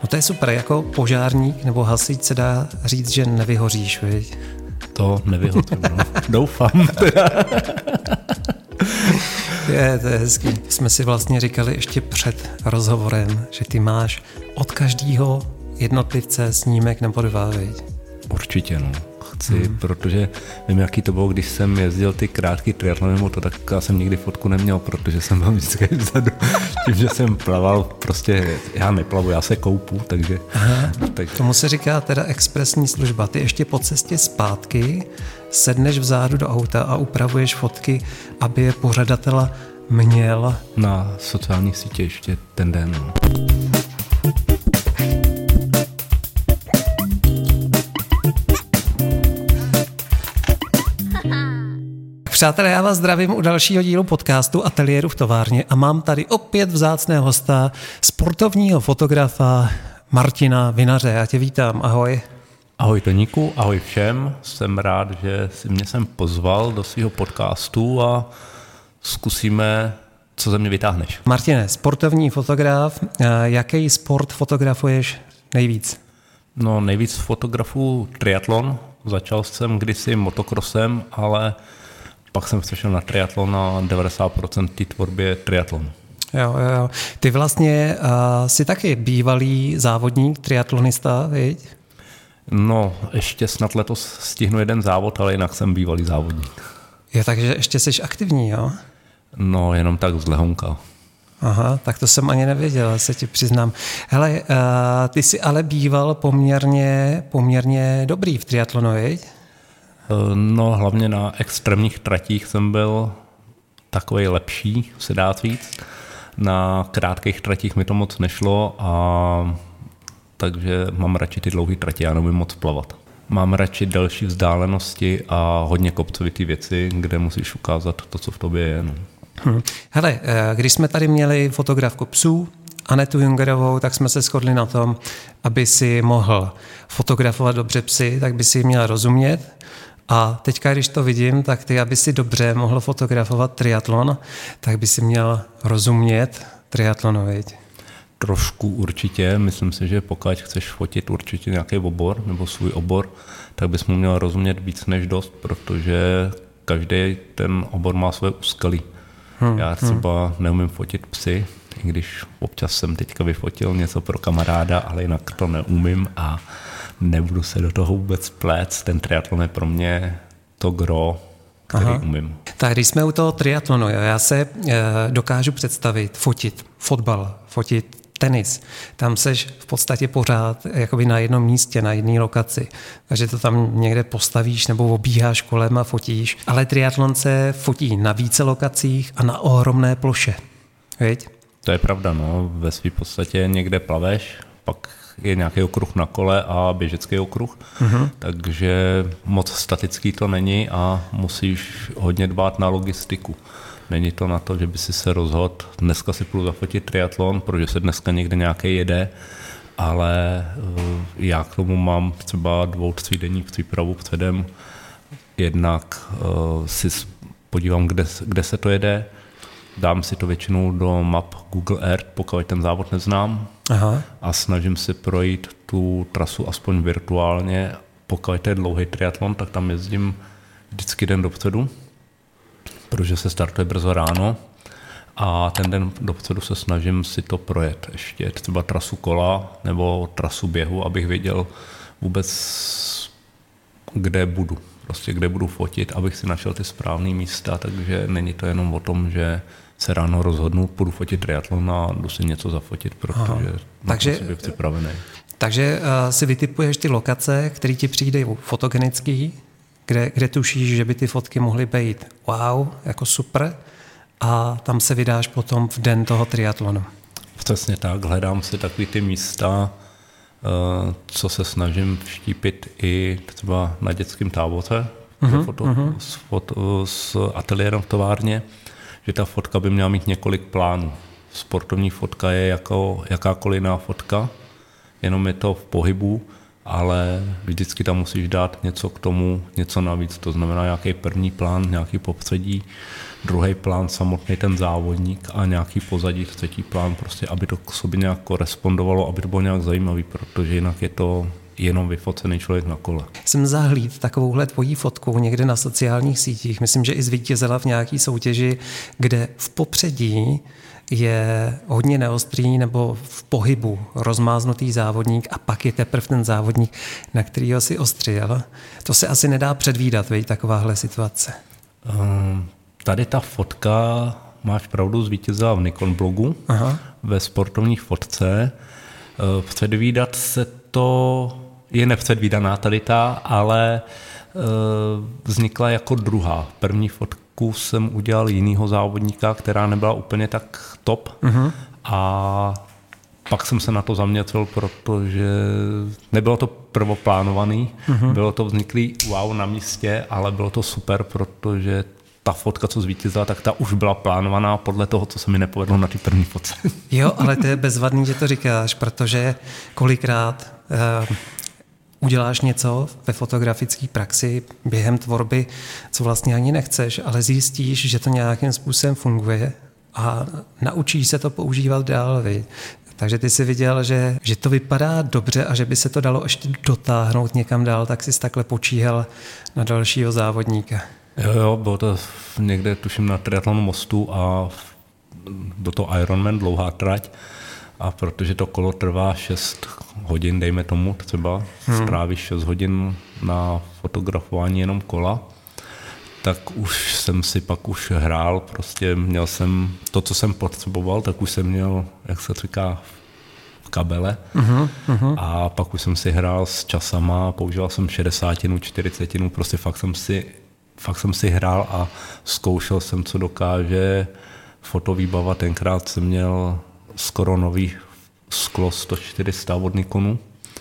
No to je super, jako požárník nebo hasič se dá říct, že nevyhoříš, viď? To nevyhodím, no. Doufám teda. To je hezký. Jsme si vlastně říkali ještě před rozhovorem, že ty máš od každého jednotlivce snímek nebo dva, viď? Určitě, no. Chci, protože vím, jaký to bylo, když jsem jezdil ty krátký triatlony moto, tak já jsem nikdy fotku neměl, protože jsem byl vždycky vzadu. Tím, že jsem plaval, prostě já neplavu, já se koupu, takže... Aha, tomu se říká teda expresní služba. Ty ještě po cestě zpátky sedneš vzadu do auta a upravuješ fotky, aby je pořadatel měl. Na sociálních sítě ještě ten den, no. Přátelé, já vás zdravím u dalšího dílu podcastu Ateliéru v továrně a mám tady opět vzácného hosta, sportovního fotografa Martina Vinaře. Já tě vítám, ahoj. Ahoj Toníku, ahoj všem. Jsem rád, že si mě sem pozval do svého podcastu a zkusíme, co ze mě vytáhneš. Martine, sportovní fotograf, jaký sport fotografuješ nejvíc? No nejvíc fotografuju triatlon. Začal jsem kdysi motokrosem, ale pak jsem přešel na triatlon a 90% té tvorby je triatlon. Jo. Ty vlastně jsi taky bývalý závodník, triatlonista, viď? No, ještě snad letos stihnu jeden závod, ale jinak jsem bývalý závodník. Jo, takže ještě jsi aktivní, jo? No, jenom tak z lehonka. Aha, tak to jsem ani nevěděl, se ti přiznám. Hele, ty jsi ale býval poměrně dobrý v triatlonu, viď? No, hlavně na extrémních tratích jsem byl takovej lepší, se dá říct. Na krátkých tratích mi to moc nešlo, a takže mám radši ty dlouhé tratě, já neumím moc plavat. Mám radši delší vzdálenosti a hodně kopcovitý věci, kde musíš ukázat to, co v tobě je. No. Hele, když jsme tady měli fotografku psů, Anetu Jungerovou, tak jsme se shodli na tom, aby si mohl fotografovat dobře psy, tak by si měl rozumět. A teďka, když to vidím, tak ty, aby si dobře mohl fotografovat triatlon, tak by si měl rozumět triatlonu, viď? Trošku určitě. Myslím si, že pokud chceš fotit určitě nějaký obor nebo svůj obor, tak bys mu měl rozumět víc než dost, protože každý ten obor má své úskalí. Já třeba neumím fotit psy, i když občas jsem teďka vyfotil něco pro kamaráda, ale jinak to neumím a nebudu se do toho vůbec plést. Ten triatlon je pro mě to gro, který umím. Tak když jsme u toho triatlonu, já se dokážu představit fotit fotbal, fotit tenis. Tam seš v podstatě pořád jakoby na jednom místě, na jedné lokaci. Takže to tam někde postavíš nebo obíháš kolem a fotíš. Ale triatlon se fotí na více lokacích a na ohromné ploše. Viď? To je pravda, no. Ve své podstatě někde plaveš, pak je nějaký okruh na kole a běžecký okruh, takže moc statický to není a musíš hodně dbát na logistiku. Není to na to, že by si se rozhodl, dneska si půjdu zafotit triatlon, protože se dneska někde nějaký jede, ale já k tomu mám třeba 2-3 denní přípravu předem. Jednak si podívám, kde se to jede, dám si to většinou do map Google Earth, pokud ten závod neznám. Aha. A snažím si projít tu trasu aspoň virtuálně. Pokud to je dlouhý triatlon, tak tam jezdím vždycky den dopředu, protože se startuje brzo ráno a ten den dopředu se snažím si to projet. Ještě třeba trasu kola nebo trasu běhu, abych věděl vůbec, kde budu. Prostě kde budu fotit, abych si našel ty správné místa, takže není to jenom o tom, že se ráno rozhodnu, půjdu fotit triatlon a jdu si něco zafotit, protože na to jsem připravený. Takže si vytipuješ ty lokace, které ti přijdou fotogenický, kde tušíš, že by ty fotky mohly být wow, jako super, a tam se vydáš potom v den toho triatlonu. Přesně tak, hledám si takový ty místa, co se snažím vštípit i třeba na dětském táboře s ateliérem v továrně, že ta fotka by měla mít několik plánů. Sportovní fotka je jako jakákoliv jiná fotka, jenom je to v pohybu. ale vždycky tam musíš dát něco k tomu, něco navíc. To znamená nějaký první plán, nějaký popředí, druhý plán samotný ten závodník a nějaký pozadí, třetí plán, prostě aby to k sobě nějak korespondovalo, aby to bylo nějak zajímavý, protože jinak je to jenom vyfocený člověk na kole. Jsem zahlíd takovouhle tvojí fotku někde na sociálních sítích. Myslím, že i zvítězila v nějaký soutěži, kde v popředí je hodně neostrý nebo v pohybu rozmáznutý závodník a pak je teprve ten závodník, na kterýho si ostřil. To se asi nedá předvídat, viď, takováhle situace. Tady ta fotka, máš pravdu, zvítězila v Nikon blogu. Aha. Ve sportovní fotce. Předvídat se to je nepředvídaná tady ta, ale vznikla jako druhá. První fotku jsem udělal jinýho závodníka, která nebyla úplně tak top. Uh-huh. A pak jsem se na to zaměřil, protože nebylo to prvoplánovaný, bylo to vzniklý wow na místě, ale bylo to super, protože ta fotka, co zvítězila, tak ta už byla plánovaná podle toho, co se mi nepovedlo na ty první fotce. Jo, ale to je bezvadný, že to říkáš, protože kolikrát uděláš něco ve fotografické praxi během tvorby, co vlastně ani nechceš, ale zjistíš, že to nějakým způsobem funguje a naučíš se to používat dál. Takže ty jsi viděl, že to vypadá dobře a že by se to dalo ještě dotáhnout někam dál, tak jsi takhle počíhal na dalšího závodníka. Jo, bylo to někde, tuším, na triatlonu Mostu a do toho Ironman, dlouhá trať. A protože to kolo trvá 6 hodin, dejme tomu třeba, strávíš 6 hodin na fotografování jenom kola, tak už jsem si pak už hrál, prostě měl jsem to, co jsem potřeboval, tak už jsem měl, jak se říká, v kabele. A pak už jsem si hrál s časama, používal jsem 60, 40, prostě fakt jsem si hrál a zkoušel jsem, co dokáže fotovýbava. Tenkrát jsem měl skoro nový sklo 100-400 od Nikonu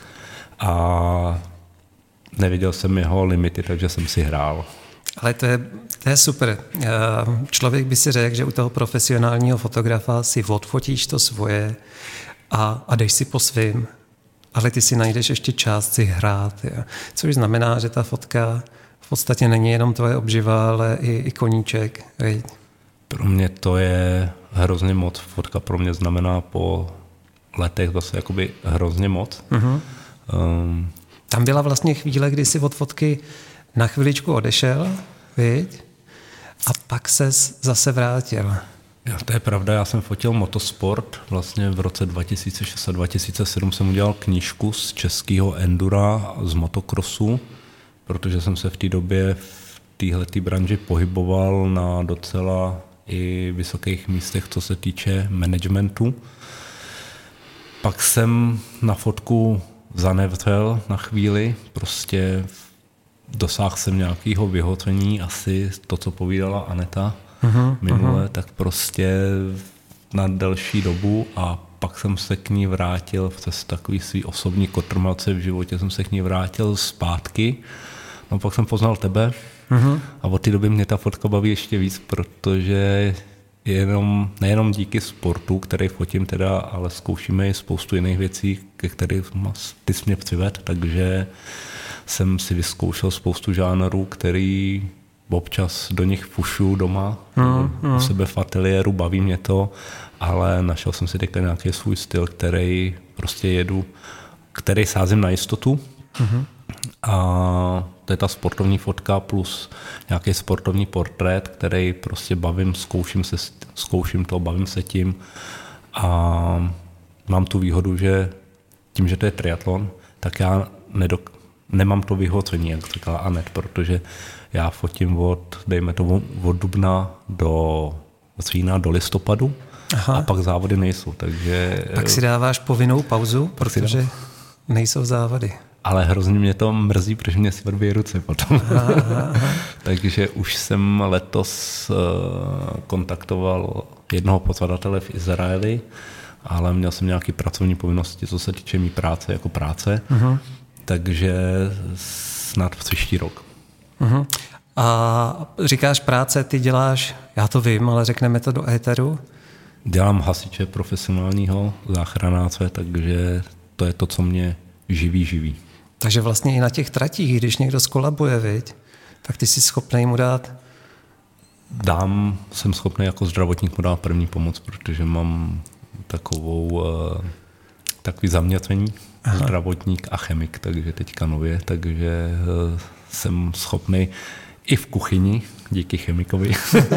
a neviděl jsem jeho limity, takže jsem si hrál. Ale to je super. Člověk by si řekl, že u toho profesionálního fotografa si odfotíš to svoje a jdeš si po svým, ale ty si najdeš ještě čas si hrát. Což znamená, že ta fotka v podstatě není jenom tvoje obživa, ale i koníček. Pro mě to je hrozně moc. Fotka pro mě znamená po letech zase jakoby hrozně moc. Tam byla vlastně chvíle, kdy jsi od fotky na chviličku odešel, viď? A pak ses zase vrátil. Jo, to je pravda, já jsem fotil motosport. Vlastně v roce 2006 a 2007 jsem udělal knížku z českého endura, z motokrosu, protože jsem se v té době v téhletý branži pohyboval na docela i vysokých místech, co se týče managementu. Pak jsem na fotku zanevřel na chvíli, prostě dosáhl jsem nějakého vyhocení, asi to, co povídala Aneta minule, tak prostě na delší dobu a pak jsem se k ní vrátil přes takový svý osobní kotrmelce v životě, jsem se k ní vrátil zpátky. No pak jsem poznal tebe a od té doby mě ta fotka baví ještě víc, protože nejenom díky sportu, který fotím teda, ale zkoušíme i spoustu jiných věcí, ke kterým ty jsi mě přived, takže jsem si vyzkoušel spoustu žánrů, který občas do nich fušu doma, u sebe v ateliéru, baví mě to, ale našel jsem si teďka nějaký svůj styl, který prostě jedu, který sázím na jistotu. A to je ta sportovní fotka plus nějaký sportovní portrét, který prostě zkouším to, bavím se tím a mám tu výhodu, že tím, že to je triatlon, tak já nemám to vyhocení, jak říkala Anet, protože já fotím dejme to od dubna do října do listopadu. Aha. A pak závody nejsou, takže... Pak si dáváš povinnou pauzu, protože nejsou závody. Ale hrozně mě to mrzí, protože mě svrbí ruce potom. Aha. Takže už jsem letos kontaktoval jednoho pořadatele v Izraeli, ale měl jsem nějaké pracovní povinnosti, co se týče mý práce jako práce. Takže snad příští rok. A říkáš práce, ty děláš, já to vím, ale řekneme to do éteru? Dělám hasiče profesionálního, záchranáře, takže to je to, co mě živí. Takže vlastně i na těch tratích, když někdo skolabuje, viď, tak ty jsi schopný mu dát? Jsem schopný jako zdravotník mu dát první pomoc, protože mám takový zaměření, zdravotník a chemik, takže teďka nově, takže jsem schopný i v kuchyni, díky chemikovi.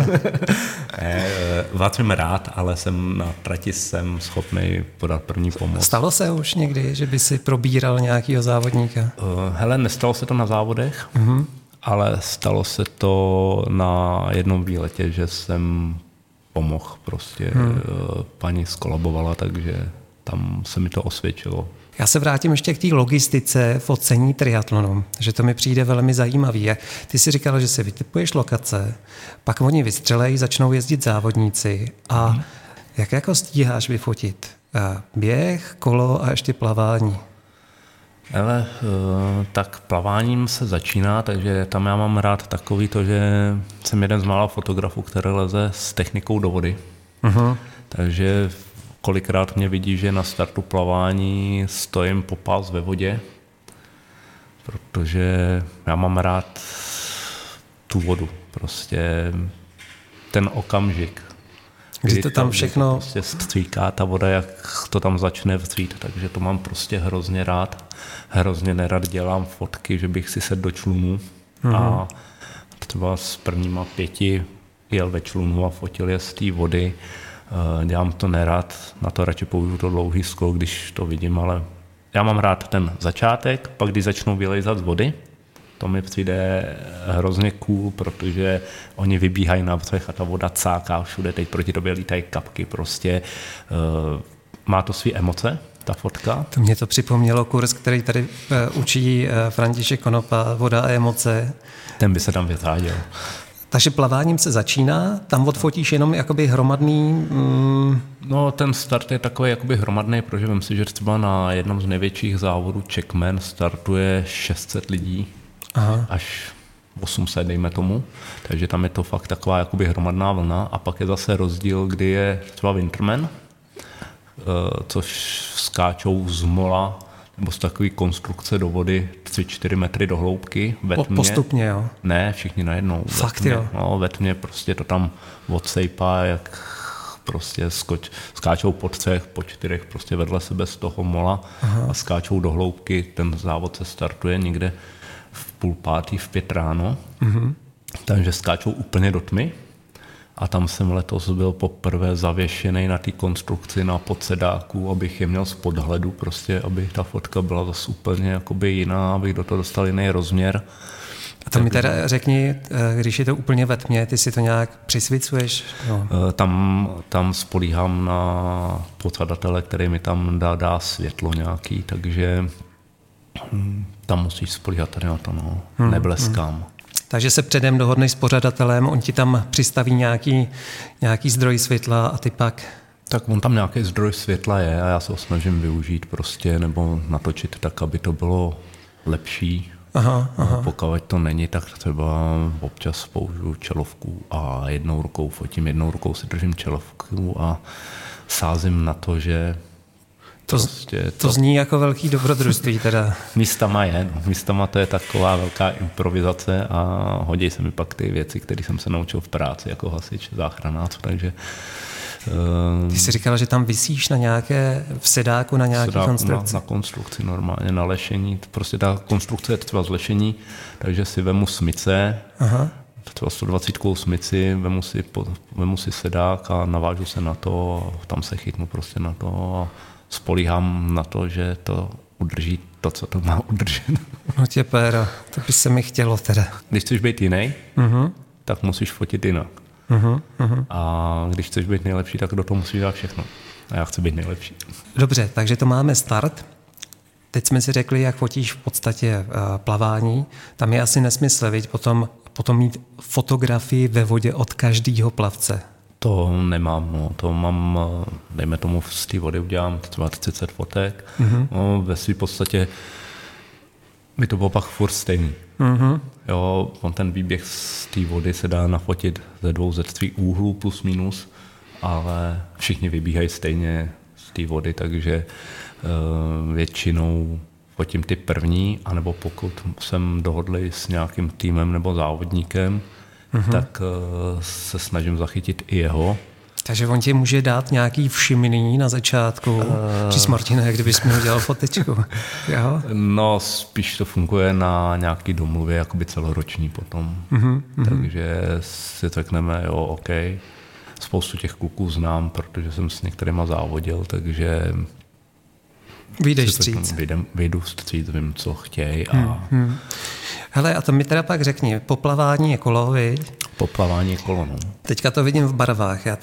Vařím rád, ale na trati jsem schopný podat první pomoc. Stalo se už někdy, že by si probíral nějakého závodníka? Hele, nestalo se to na závodech, ale stalo se to na jednom výletě, že jsem pomohl prostě. Paní skolabovala, takže tam se mi to osvědčilo. Já se vrátím ještě k té logistice v ocení triatlonu, že to mi přijde velmi zajímavý. Ty si říkal, že si vytipuješ lokace, pak oni vystřelejí, začnou jezdit závodníci a jak jako stíháš vyfotit? Běh, kolo a ještě plavání? Ale tak plaváním se začíná, takže tam já mám rád takový to, že jsem jeden z mála fotografů, který leze s technikou do vody. Takže kolikrát mě vidí, že na startu plavání stojím po pás ve vodě, protože já mám rád tu vodu, prostě ten okamžik. Kdy to tam všechno prostě stříká ta voda, jak to tam začne vřít, takže to mám prostě hrozně rád. Hrozně nerad dělám fotky, že bych si sedl do člunu a třeba s prvníma 5 jel ve člunu a fotil je z té vody. Dělám to nerad, na to radši použiju to dlouhý sklo, když to vidím, ale já mám rád ten začátek, pak když začnou vylejzat z vody, to mi přijde hrozně cool, protože oni vybíhají na břeh a ta voda cáká všude, teď proti tobě lítají kapky, prostě má to své emoce, ta fotka. To mě to připomnělo kurz, který tady učí František Konopa, voda a emoce. Ten by se tam vyřádil. Takže plaváním se začíná, tam odfotíš jenom jakoby hromadný... No ten start je takový jakoby hromadný, protože vím si, že třeba na jednom z největších závodů Checkman startuje 600 lidí, až 800 dejme tomu, takže tam je to fakt taková jakoby hromadná vlna a pak je zase rozdíl, kdy je třeba Winterman, což skáčou z mola nebo z takové konstrukce do vody 3-4 metry do hloubky ve tmě. Postupně, jo? Ne, všichni najednou. Fakt, jo? No, ve tmě prostě to tam odsejpá, jak prostě skáčou po 3, po 4 prostě vedle sebe z toho mola a skáčou do hloubky. Ten závod se startuje někde v 4:30, v 5 ráno, takže skáčou úplně do tmy. A tam jsem letos byl poprvé zavěšený na té konstrukci na podsedáku, abych je měl z podhledu, prostě, aby ta fotka byla zase úplně jakoby jiná, abych do toho dostal jiný rozměr. A to mi teda řekni, když je to úplně ve tmě, ty si to nějak přisvicuješ? No. Tam spolíhám na pořadatele, který mi tam dá světlo nějaký, takže tam musíš spolíhat tady na to, no. Nebleskám. Takže se předem dohodneš s pořadatelem, on ti tam přistaví nějaký zdroj světla a ty pak... Tak on tam nějaký zdroj světla je a já se ho snažím využít prostě, nebo natočit tak, aby to bylo lepší. Pokud to není, tak třeba občas použiju čelovku a jednou rukou fotím, jednou rukou si držím čelovku a sázím na to, že to zní jako velký dobrodružství teda. Místama to je taková velká improvizace a hodí se mi pak ty věci, které jsem se naučil v práci jako hasič, záchranář, takže... Ty jsi říkal, že tam visíš v sedáku na nějaké konstrukci. Na konstrukci normálně, na lešení, prostě ta konstrukce je třeba z lešení, takže si vemu smyce, třeba 120 smyci, vemu si sedák a navážu se na to, tam se chytnu prostě na to a spolíhám na to, že to udrží to, co to má udržet. No tě péro, to by se mi chtělo teda. Když chceš být jiný, tak musíš fotit jinak. A když chceš být nejlepší, tak do toho musíš dát všechno. A já chci být nejlepší. Dobře, takže to máme start. Teď jsme si řekli, jak fotíš v podstatě plavání. Tam je asi nesmysl, viď? Potom mít fotografii ve vodě od každého plavce. To nemám, no. To mám, dejme tomu, z té vody udělám třeba 30 fotek. No, ve své podstatě by to bylo pak furt stejný. Jo, on ten výběh z té vody se dá nafotit ze 2, ze 3 úhlů plus minus, ale všichni vybíhají stejně z té vody, takže většinou fotím ty první, anebo pokud jsem dohodlý s nějakým týmem nebo závodníkem, tak se snažím zachytit i jeho. Takže on ti může dát nějaký všimný na začátku. Čís Martine, kdybys mi udělal fotečku. Jo? No, spíš to funguje na nějaký domluvě, jakoby celoroční potom. Takže si řekneme, jo, OK. Spoustu těch kluků znám, protože jsem s některýma závodil, takže vyjdeš vstříc. Vyjdu vstříc, vím, co chtějí. Hele, a to mi teda pak řekni, poplavání je kolo, viď? Poplavání je kolo, no. Teďka to vidím v barvách. Já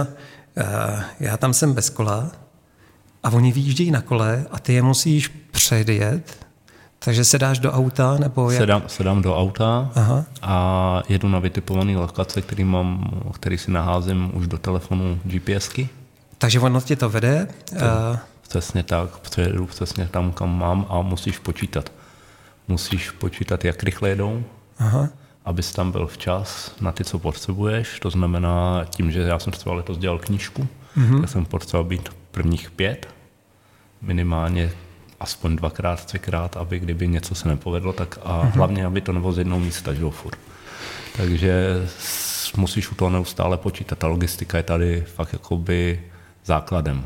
tam jsem bez kola a oni vyjíždějí na kole a ty je musíš předjet, takže se dáš do auta, nebo jak? Sedám do auta. A jedu na vytipované lokace, který si naházím už do telefonu GPSky. Takže ono ti to vede? Přesně tak, přejedu přesně tam, kam mám a musíš počítat. Musíš počítat, jak rychle jedou, abys tam byl včas na ty, co potřebuješ. To znamená tím, že já jsem třeba letos dělal knížku, tak jsem potřeboval být prvních 5, minimálně aspoň 2x, 3x, aby kdyby něco se nepovedlo, tak a hlavně, aby to nebylo z jednoho místa, že jo, furt. Takže musíš u toho neustále počítat. Ta logistika je tady fakt jakoby základem.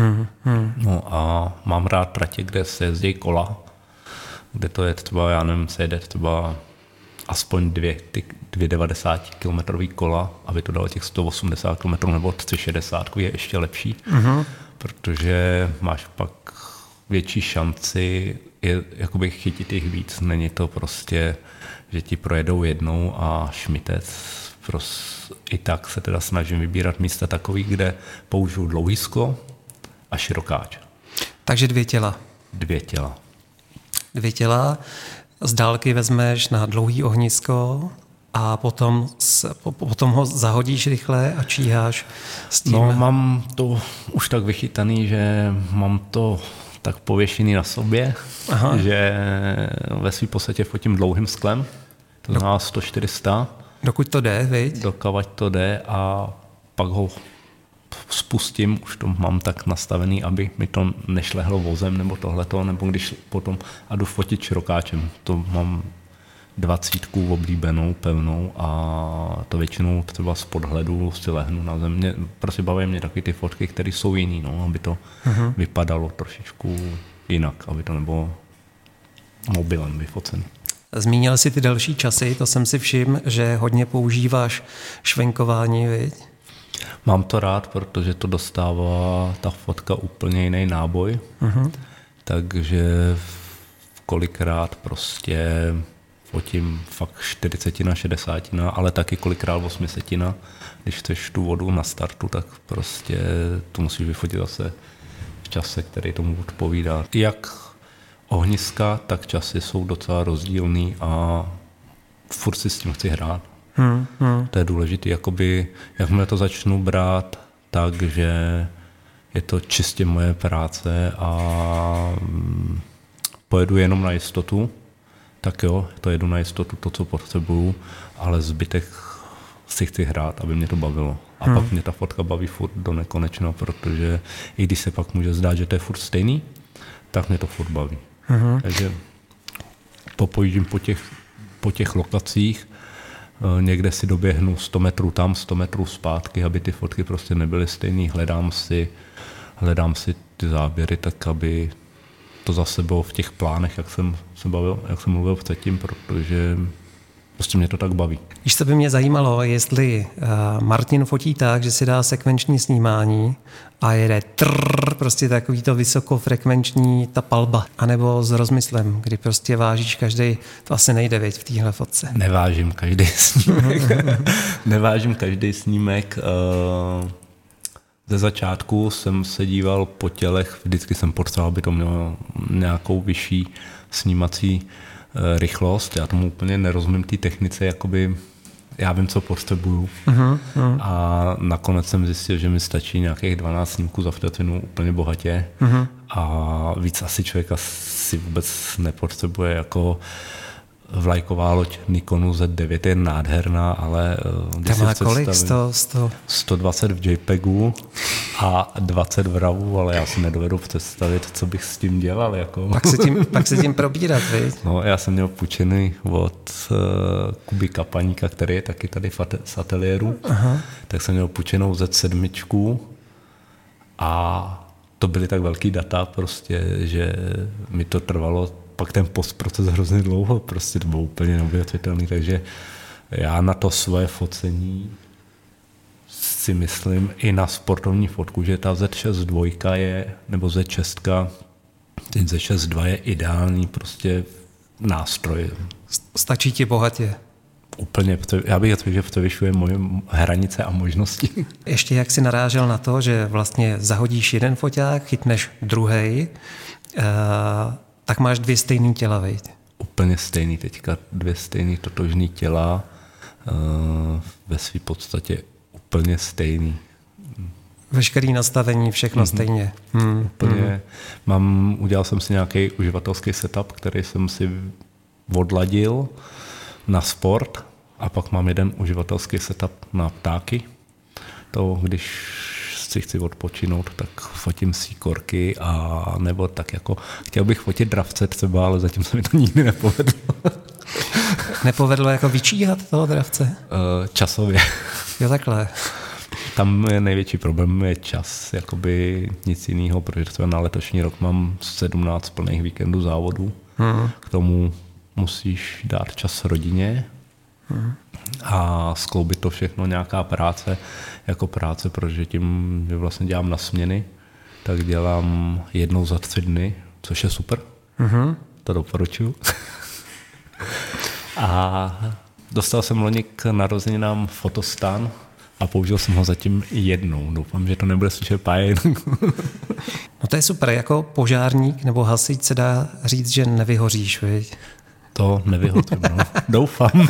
No a mám rád tratě, kde se jezdí kola, kde to je třeba, já nevím, se jede třeba aspoň 290 km kola, aby to dalo těch 180 km nebo 360 je ještě lepší, protože máš pak větší šanci jakoby chytit jich víc. Není to prostě, že ti projedou jednou a šmitec. I tak se teda snažím vybírat místa takový, kde použiju dlouhý sklo a širokáč. Takže 2 těla. 2 těla. 2 těla. Z dálky vezmeš na dlouhý ohnisko a potom ho zahodíš rychle a číháš s tím. No, mám to už tak vychytaný, že mám to tak pověšený na sobě, že ve svým podstatě fotím dlouhým sklem, to znamená 100-400. Dokud to jde, viď? Dokavať to jde a pak ho spustím, už to mám tak nastavený, aby mi to nešlehlo vozem nebo tohleto, nebo když potom a jdu fotit širokáčem. To mám 20 oblíbenou, pevnou a to většinou třeba z podhledu si lehnu na země. Prostě baví mě taky ty fotky, které jsou jiný, no, aby to vypadalo trošičku jinak, aby to nebylo mobilem vyfocený. Zmínil jsi ty další časy, to jsem si všiml, že hodně používáš švenkování, viď? Mám to rád, protože to dostává ta fotka úplně jiný náboj, takže kolikrát prostě fotím fakt 40, 60, ale taky kolikrát 80. Když chceš tu vodu na startu, tak prostě to musíš vyfotit zase v čase, který tomu odpovídá. Jak ohniska, tak časy jsou docela rozdílný a furt si s tím chci hrát. To je důležité, jakoby, jakmile to začnu brát, takže je to čistě moje práce a pojedu jenom na jistotu, tak jo, to jedu na jistotu, to, co potřebuju, ale zbytek si chci hrát, aby mě to bavilo. A pak mě ta fotka baví furt do nekonečna, protože i když se pak může zdát, že to je furt stejný, tak mě to furt baví. Takže popojíždím po těch lokacích, někde si doběhnu 100 metrů tam, 100 metrů zpátky, aby ty fotky prostě nebyly stejný. Hledám si ty záběry tak, aby to zase bylo v těch plánech, jak jsem mluvil předtím, protože prostě mě to tak baví. Když se by mě zajímalo, jestli Martin fotí tak, že si dá sekvenční snímání a jede prostě takový to vysokofrekvenční ta palba, anebo s rozmyslem, kdy prostě vážíš každý, to asi nejde, viď, v téhle fotce. Nevážím každý snímek. Ze začátku jsem se díval po tělech, vždycky jsem potřeboval, aby to mělo nějakou vyšší snímací rychlost. Já tomu úplně nerozumím té technice, jakoby já vím, co potřebuju. A nakonec jsem zjistil, že mi stačí nějakých 12 snímků za vteřinu úplně bohatě. A víc asi člověk asi vůbec nepotřebuje. Jako Vlajková loď Nikonu Z9 je nádherná, ale... Tam má kolik? 120 v JPEGu a 20 v RAWu, ale já si nedovedu představit, co bych s tím dělal. Jako. Pak se tím probírat, viď? No, já jsem měl půjčený od Kuby Kapaníka, který je taky tady z ateliéru. Aha. Tak jsem měl půjčenou Z7 a to byly tak velký data prostě, že mi to trvalo pak ten postproces hrozně dlouho, prostě to bylo úplně neuvěřitelný, takže já na to svoje focení si myslím i na sportovní fotku, že ta Z6 je, nebo Z6, ten Z6 je ideální prostě nástroj. Stačí ti bohatě. Úplně, já bych řekl, že převyšuje moje hranice a možnosti. Ještě jak jsi narážel na to, že vlastně zahodíš jeden foťák, chytneš druhej, tak máš 2 stejný těla, viď? Úplně stejný teďka, 2 stejný totožný těla, ve své podstatě úplně stejný. Veškerý nastavení, všechno stejně. Úplně. Udělal jsem si nějaký uživatelský setup, který jsem si odladil na sport a pak mám jeden uživatelský setup na ptáky. To, když si chci odpočinout, tak fotím síkorky a nebo tak jako chtěl bych fotit dravce třeba, ale zatím se mi to nikdy nepovedlo. Nepovedlo jako vyčíhat toho dravce? Časově. Jo, takhle. Tam je největší problém, je čas, jakoby nic jiného, protože třeba na letošní rok mám 17 plných víkendů závodů. K tomu musíš dát čas rodině a skloubit to všechno, nějaká práce, jako práce, protože tím, že vlastně dělám na směny, tak dělám 1 za 3 dny, což je super. To doporučuji. A dostal jsem loni k narozeninám fotostan a použil jsem ho zatím 1. Doufám, že to nebude slyšet pájen. No to je super, jako požárník nebo hasič se dá říct, že nevyhoříš, viď? To nevyhořím, no. Doufám.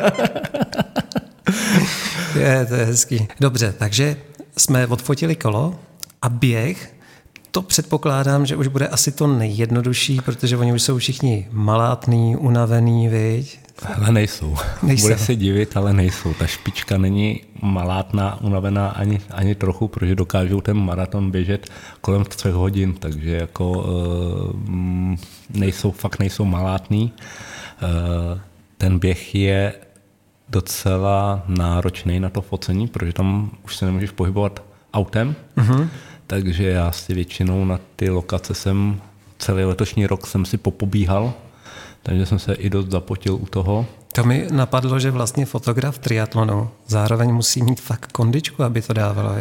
To je hezký. Dobře, takže jsme odfotili kolo a běh, to předpokládám, že už bude asi to nejjednodušší, protože oni už jsou všichni malátný, unavený, viď? Ale nejsou. Bude se divit, ale nejsou. Ta špička není malátná, unavená ani trochu, protože dokážou ten maraton běžet kolem 3 hodin, takže jako nejsou malátný. Ten běh je docela náročný na to focení, protože tam už se nemůžeš pohybovat autem, takže já si většinou na ty lokace celý letošní rok jsem si popobíhal, takže jsem se i dost zapotil u toho. To mi napadlo, že vlastně fotograf triatlonu zároveň musí mít fakt kondičku, aby to dávalo.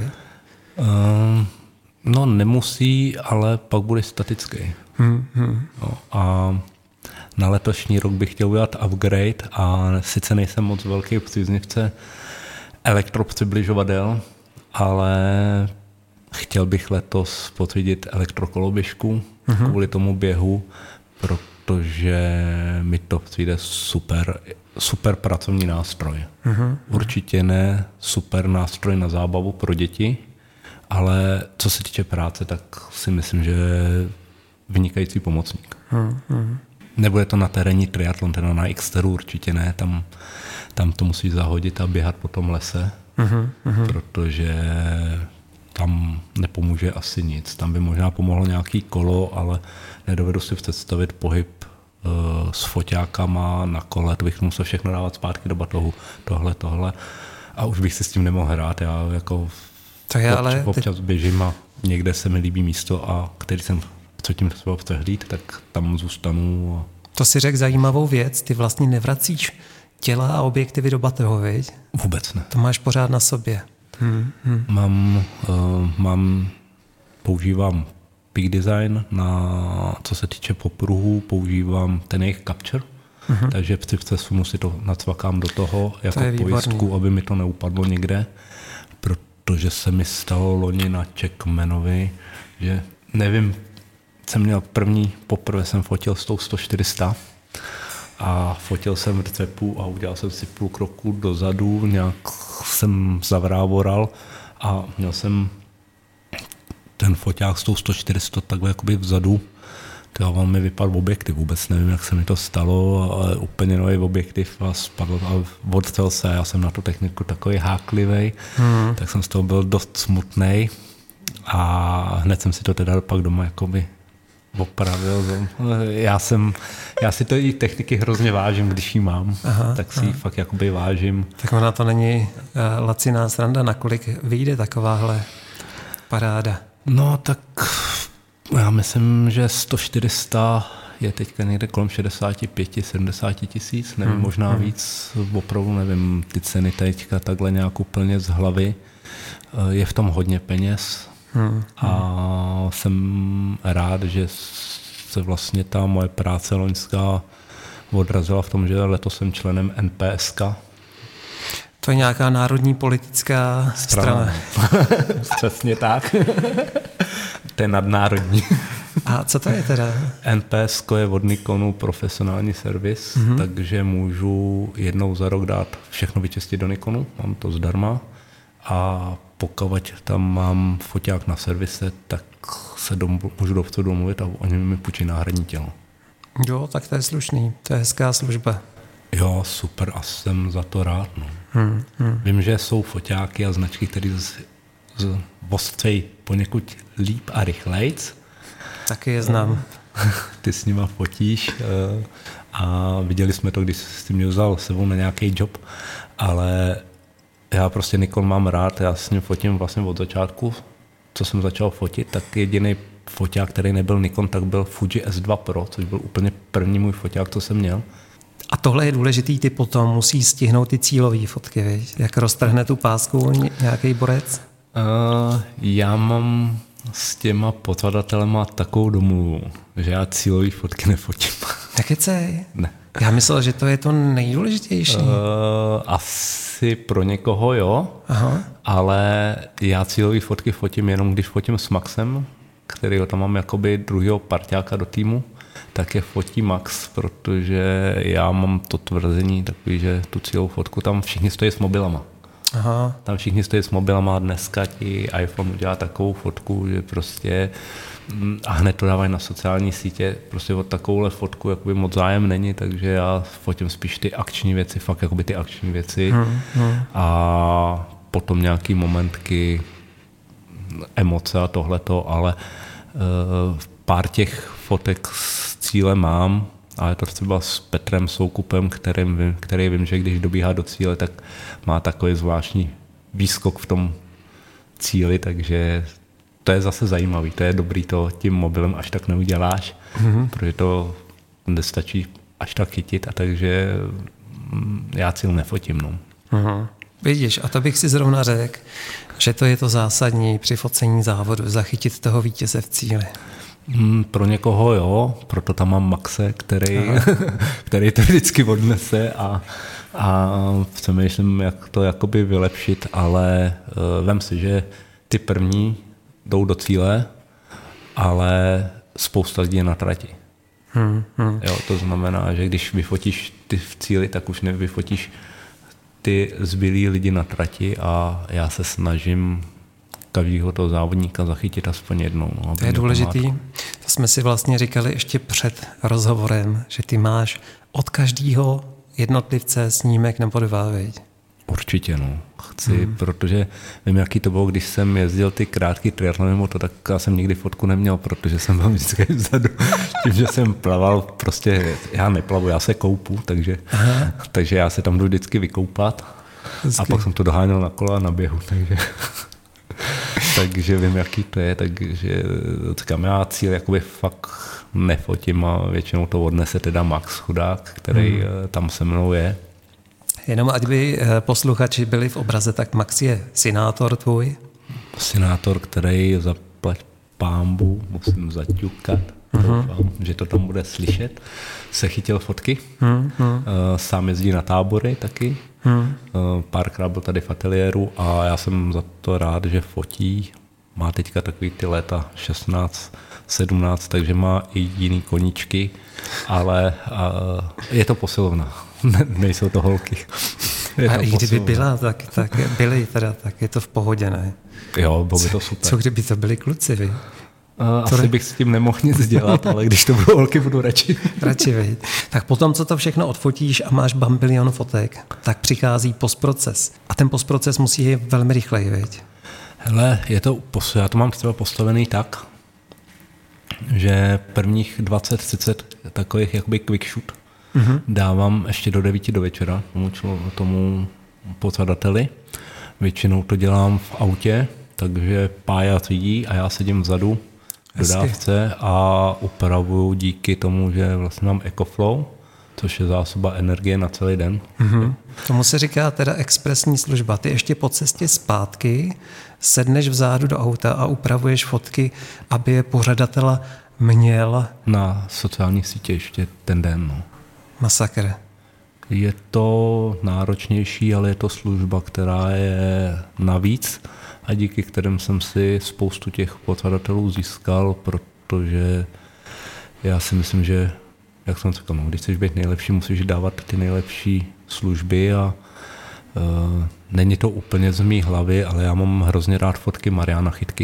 No nemusí, ale pak bude statický. No, a na letošní rok bych chtěl udělat upgrade a sice nejsem moc velký příznivce elektropřibližovadel, ale chtěl bych letos potvrdit elektrokoloběžku kvůli tomu běhu, protože mi to přijde super pracovní nástroj. Určitě ne super nástroj na zábavu pro děti, ale co se týče práce, tak si myslím, že je vynikající pomocník. Nebude to na terénní triatlon, teda na Xteru určitě ne, tam to musí zahodit a běhat po tom lese, protože tam nepomůže asi nic. Tam by možná pomohlo nějaký kolo, ale nedovedu si představit pohyb s foťákama na kole, to bych musel všechno dávat zpátky do batohu, tohle. A už bych si s tím nemohl hrát. Já jako občas běžím a někde se mi líbí místo, a který jsem předtím třeba přehlíd, tak tam zůstanu. To si řekl zajímavou věc, ty vlastně nevracíš těla a objektivy do batohu, viď? Vůbec ne. To máš pořád na sobě. Používám Peak Design, co se týče popruhů, používám ten jejich Capture, takže při přesunu si to nacvakám do toho jako pojistku, aby mi to neupadlo někde, protože se mi stalo loni na Checkmanovi, že nevím, poprvé jsem fotil s tou 100-400 a fotil jsem v cepu a udělal jsem si půl kroku dozadu, nějak jsem zavrávoral a měl jsem ten foťák s tou 100-400 takhle jakoby vzadu On mi vypadl objektiv, vůbec nevím, jak se mi to stalo, ale úplně nový objektiv a spadl a odcel se. Já jsem na tu techniku takový háklivý, tak jsem z toho byl dost smutnej a hned jsem si to teda pak doma jakoby opravil. Já si to i techniky hrozně vážím, když ji mám, tak si ji fakt jakoby vážím. Tak ona to není laciná sranda, nakolik vyjde takováhle paráda? No tak já myslím, že 100-400 je teďka někde kolem 65-70 tisíc, nevím, možná víc, opravdu nevím, ty ceny teďka takhle nějak úplně z hlavy. Je v tom hodně peněz a jsem rád, že se vlastně ta moje práce loňská odrazila v tom, že letos jsem členem NPSK. To je nějaká národní politická strana. Přesně tak. To je nadnárodní. A co to je teda? NPSK je od Nikonu profesionální servis, takže můžu jednou za rok dát všechno vyčistit do Nikonu, mám to zdarma a pokud tam mám foťák na servise, tak se můžu dovcu domluvit a oni mi půjčí náhradní tělo. Jo, tak to je slušný, to je hezká služba. Jo, super a jsem za to rád. No. Vím, že jsou foťáky a značky, které ostřejí poněkud líp a rychlejc. Taky je znám. Ty s nima fotíš a viděli jsme to, když jsi mě vzal sebou na nějaký job, ale já prostě Nikon mám rád, já s ním fotím vlastně od začátku, co jsem začal fotit, tak jediný foťák, který nebyl Nikon, tak byl Fuji S2 Pro, což byl úplně první můj foťák, co jsem měl. A tohle je důležitý, ty potom musí stihnout ty cílové fotky, viď? Jak roztrhne tu pásku nějaký borec? Já mám s těma pořadatelema takovou domluvu, že já cílové fotky nefotím. Nekecej? Ne. Já myslel, že to je to nejdůležitější. Asi pro někoho jo, ale já cílové fotky fotím jenom, když fotím s Maxem, kterýho tam mám jakoby druhýho parťáka do týmu, tak je fotí Max, protože já mám to tvrzení takový, že tu cílovou fotku tam všichni stojí s mobilama. Tam všichni stojí s mobilama a dneska ti iPhone udělá takovou fotku, že prostě a hned to dávají na sociální sítě, prostě od takovouhle fotku jakoby moc zájem není, takže já fotím spíš ty akční věci, fakt jakoby ty akční věci a potom nějaký momentky, emoce a tohleto, ale pár těch fotek s cílem mám, ale to třeba s Petrem Soukupem, který vím, že když dobíhá do cíle, tak má takový zvláštní výskok v tom cíli, takže to je zase zajímavý, to je dobrý, to tím mobilem až tak neuděláš, protože to nestačí až tak chytit, a takže já cíl nefotím. No. Vidíš, a to bych si zrovna řekl, že to je to zásadní při focení závodu, zachytit toho vítěze v cíli. Pro někoho proto tam mám Maxe, který to vždycky odnese a přemýšlím, jak to jakoby vylepšit, ale vem si, že ty první jdou do cíle, ale spousta lidí je na trati. Jo, to znamená, že když vyfotíš ty v cíli, tak už nevyfotíš ty zbylí lidi na trati a já se snažím každého toho závodníka zachytit aspoň jednou. No, to je důležitý. To jsme si vlastně říkali ještě před rozhovorem, že ty máš od každého jednotlivce snímek nebo dva, viď? Určitě, no. Chci, protože vím, jaký to bylo, když jsem jezdil ty krátký triatlony, tak já jsem nikdy fotku neměl, protože jsem byl vždycky vzadu. Tím, že jsem plaval, prostě já neplavu, já se koupu, takže já se tam jdu vždycky vykoupat. A pak jsem to doháněl na kolo a na běhu, takže vím, jaký to je, takže říkám, já cíl jakoby fakt nefotím a většinou to odnese teda Max chudák, který tam se mnou je. Jenom ať by posluchači byli v obraze, tak Max je synátor tvůj? Synátor, který zaplať pánbu, musím zaťukat, doufám, že to tam bude slyšet, se chytil fotky, sám jezdí na tábory taky, párkrát byl tady v ateliéru a já jsem za to rád, že fotí, má teďka takový ty léta 16, 17, takže má i jiný koníčky, ale je to posilovna, nejsou to holky. A i kdyby byla, tak je to v pohodě, ne? Jo, bylo by to super. Co kdyby to byli kluci, vy? Asi bych s tím nemohl nic dělat, ale když to budou holky, budu radši. Radši, veď. Tak potom, co to všechno odfotíš a máš bambilion fotek, tak přichází postproces. A ten postproces musí jít velmi rychleji, veď? Hele, já to mám třeba postavený tak, že prvních 20-30 takových jakoby quick shoot dávám ještě do 9 do večera tomu pořadateli. Většinou to dělám v autě, takže Pája řídí a já sedím vzadu v dodávce a upravuju díky tomu, že vlastně mám EcoFlow, což je zásoba energie na celý den. Tomu se říká teda expresní služba. Ty ještě po cestě zpátky sedneš vzadu do auta a upravuješ fotky, aby je pořadatel měl na sociální sítě ještě ten den. No. Masakr. Je to náročnější, ale je to služba, která je navíc a díky kterým jsem si spoustu těch pořadatelů získal, protože já si myslím, že, jak jsem říkal, když chceš být nejlepší, musíš dávat ty nejlepší služby a není to úplně z mý hlavy, ale já mám hrozně rád fotky Mariana Chytky.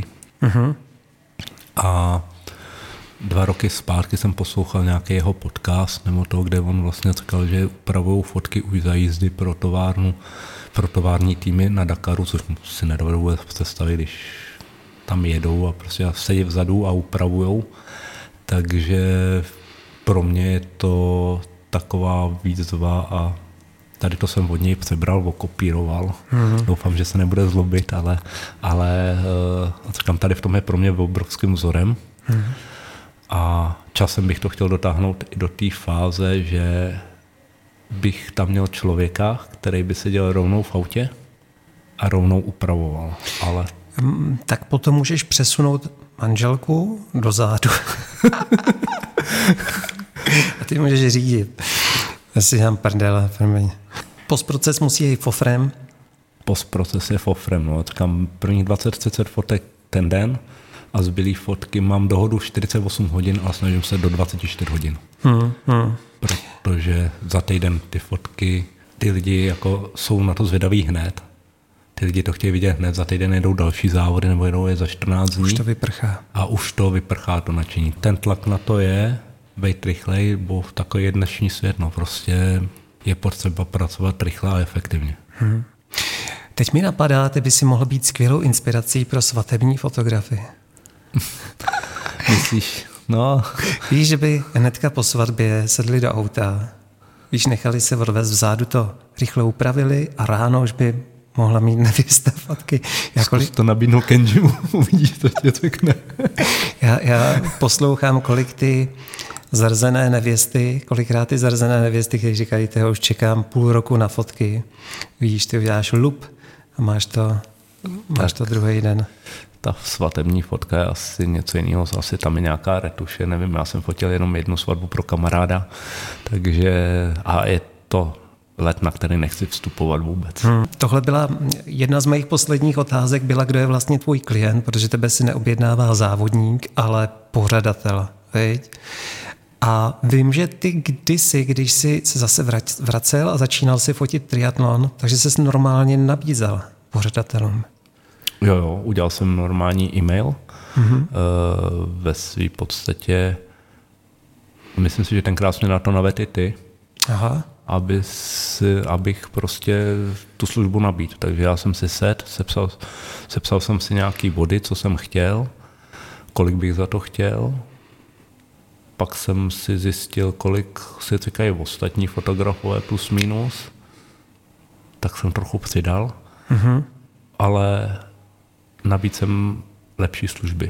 A 2 roky zpátky jsem poslouchal nějaký jeho podcast, nebo to, kde on vlastně říkal, že upravují fotky už za jízdy pro tovární týmy na Dakaru, což si nedovedu vůbec představit, když tam jedou a prostě sedí vzadu a upravujou. Takže pro mě je to taková výzva a tady to jsem od něj přebral, okopíroval. Doufám, že se nebude zlobit, ale říkám, tady v tom je pro mě obrovským vzorem. A časem bych to chtěl dotáhnout i do té fáze, že bych tam měl člověka, který by seděl rovnou v autě a rovnou upravoval. Ale... Tak potom můžeš přesunout manželku dozadu. A ty můžeš řídit. Já si dám prdele. Postproces musí jít fofrem. Postproces je fofrem. No. Říkám, prvních 20-30 fotek ten den a zbylý fotky mám dohodu 48 hodin a snažím se do 24 hodin. Protože za týden ty fotky, ty lidi jako jsou na to zvědaví hned. Ty lidi to chtějí vidět hned, za týden jedou další závody nebo jedou je za 14 dní. Už to vyprchá. A už to vyprchá to nadšení. Ten tlak na to je, být rychlej, bo takový je dnešní svět. No prostě je potřeba pracovat rychle a efektivně. Teď mi napadá, ty by si mohl být skvělou inspirací pro svatební fotografii. Myslíš? No. Víš, že by hnedka po svatbě sedli do auta, víš, nechali se odvést vzadu, to rychle upravili a ráno už by mohla mít nevěsta fotky. Zkus to nabídnu Kenjimu, uvidíš, to tě řekne. Já poslouchám, kolik ty zarzené nevěsty, kolikrát ty zarzené nevěsty, kteří říkají, toho už čekám půl roku na fotky. Víš, ty uděláš lup a máš to druhý den. Ta svatební fotka je asi něco jiného, asi tam je nějaká retuše, nevím, já jsem fotil jenom jednu svatbu pro kamaráda, takže a je to let, na který nechci vstupovat vůbec. Tohle byla jedna z mých posledních otázek, byla, kdo je vlastně tvůj klient, protože tebe si neobjednává závodník, ale pořadatel, viď? A vím, že ty kdysi, když jsi se zase vracel a začínal si fotit triatlon, takže jsi normálně nabízel pořadatelům. Jo, udělal jsem normální e-mail. Ve své podstatě, myslím si, že tenkrát mě na to navedl ty, abych prostě tu službu nabídl. Takže já jsem si sepsal jsem si nějaký body, co jsem chtěl, kolik bych za to chtěl. Pak jsem si zjistil, kolik si říkají ostatní fotografové plus minus. Tak jsem trochu přidal. Ale nabídl jsem lepší služby.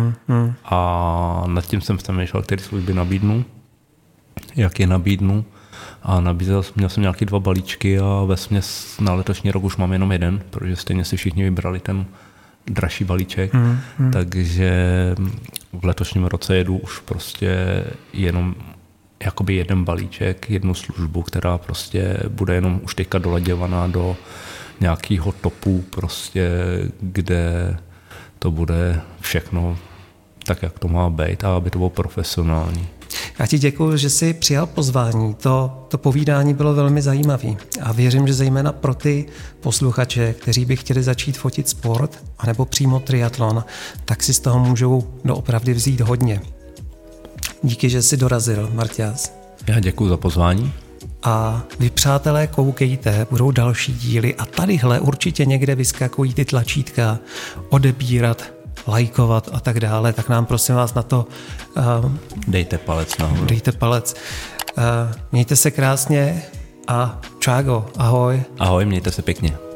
A nad tím jsem přemýšlel, které služby nabídnu, jak je nabídnu. A měl jsem nějaký 2 balíčky a vesměs na letošní rok už mám jenom jeden, protože stejně si všichni vybrali ten dražší balíček. Takže v letošním roce jedu už prostě jenom jakoby jeden balíček, jednu službu, která prostě bude jenom už teďka doladěvaná do nějakého topu, prostě, kde to bude všechno tak, jak to má být a aby to bylo profesionální. Já ti děkuji, že jsi přijal pozvání. To povídání bylo velmi zajímavé a věřím, že zejména pro ty posluchače, kteří by chtěli začít fotit sport anebo přímo triatlon, tak si z toho můžou doopravdy vzít hodně. Díky, že jsi dorazil, Marťas. Já děkuji za pozvání. A vy, přátelé, koukejte, budou další díly a tadyhle určitě někde vyskakují ty tlačítka odebírat, lajkovat a tak dále, tak nám prosím vás na to dejte palec nahoru. Dejte palec. Mějte se krásně a čágo, ahoj. Ahoj, mějte se pěkně.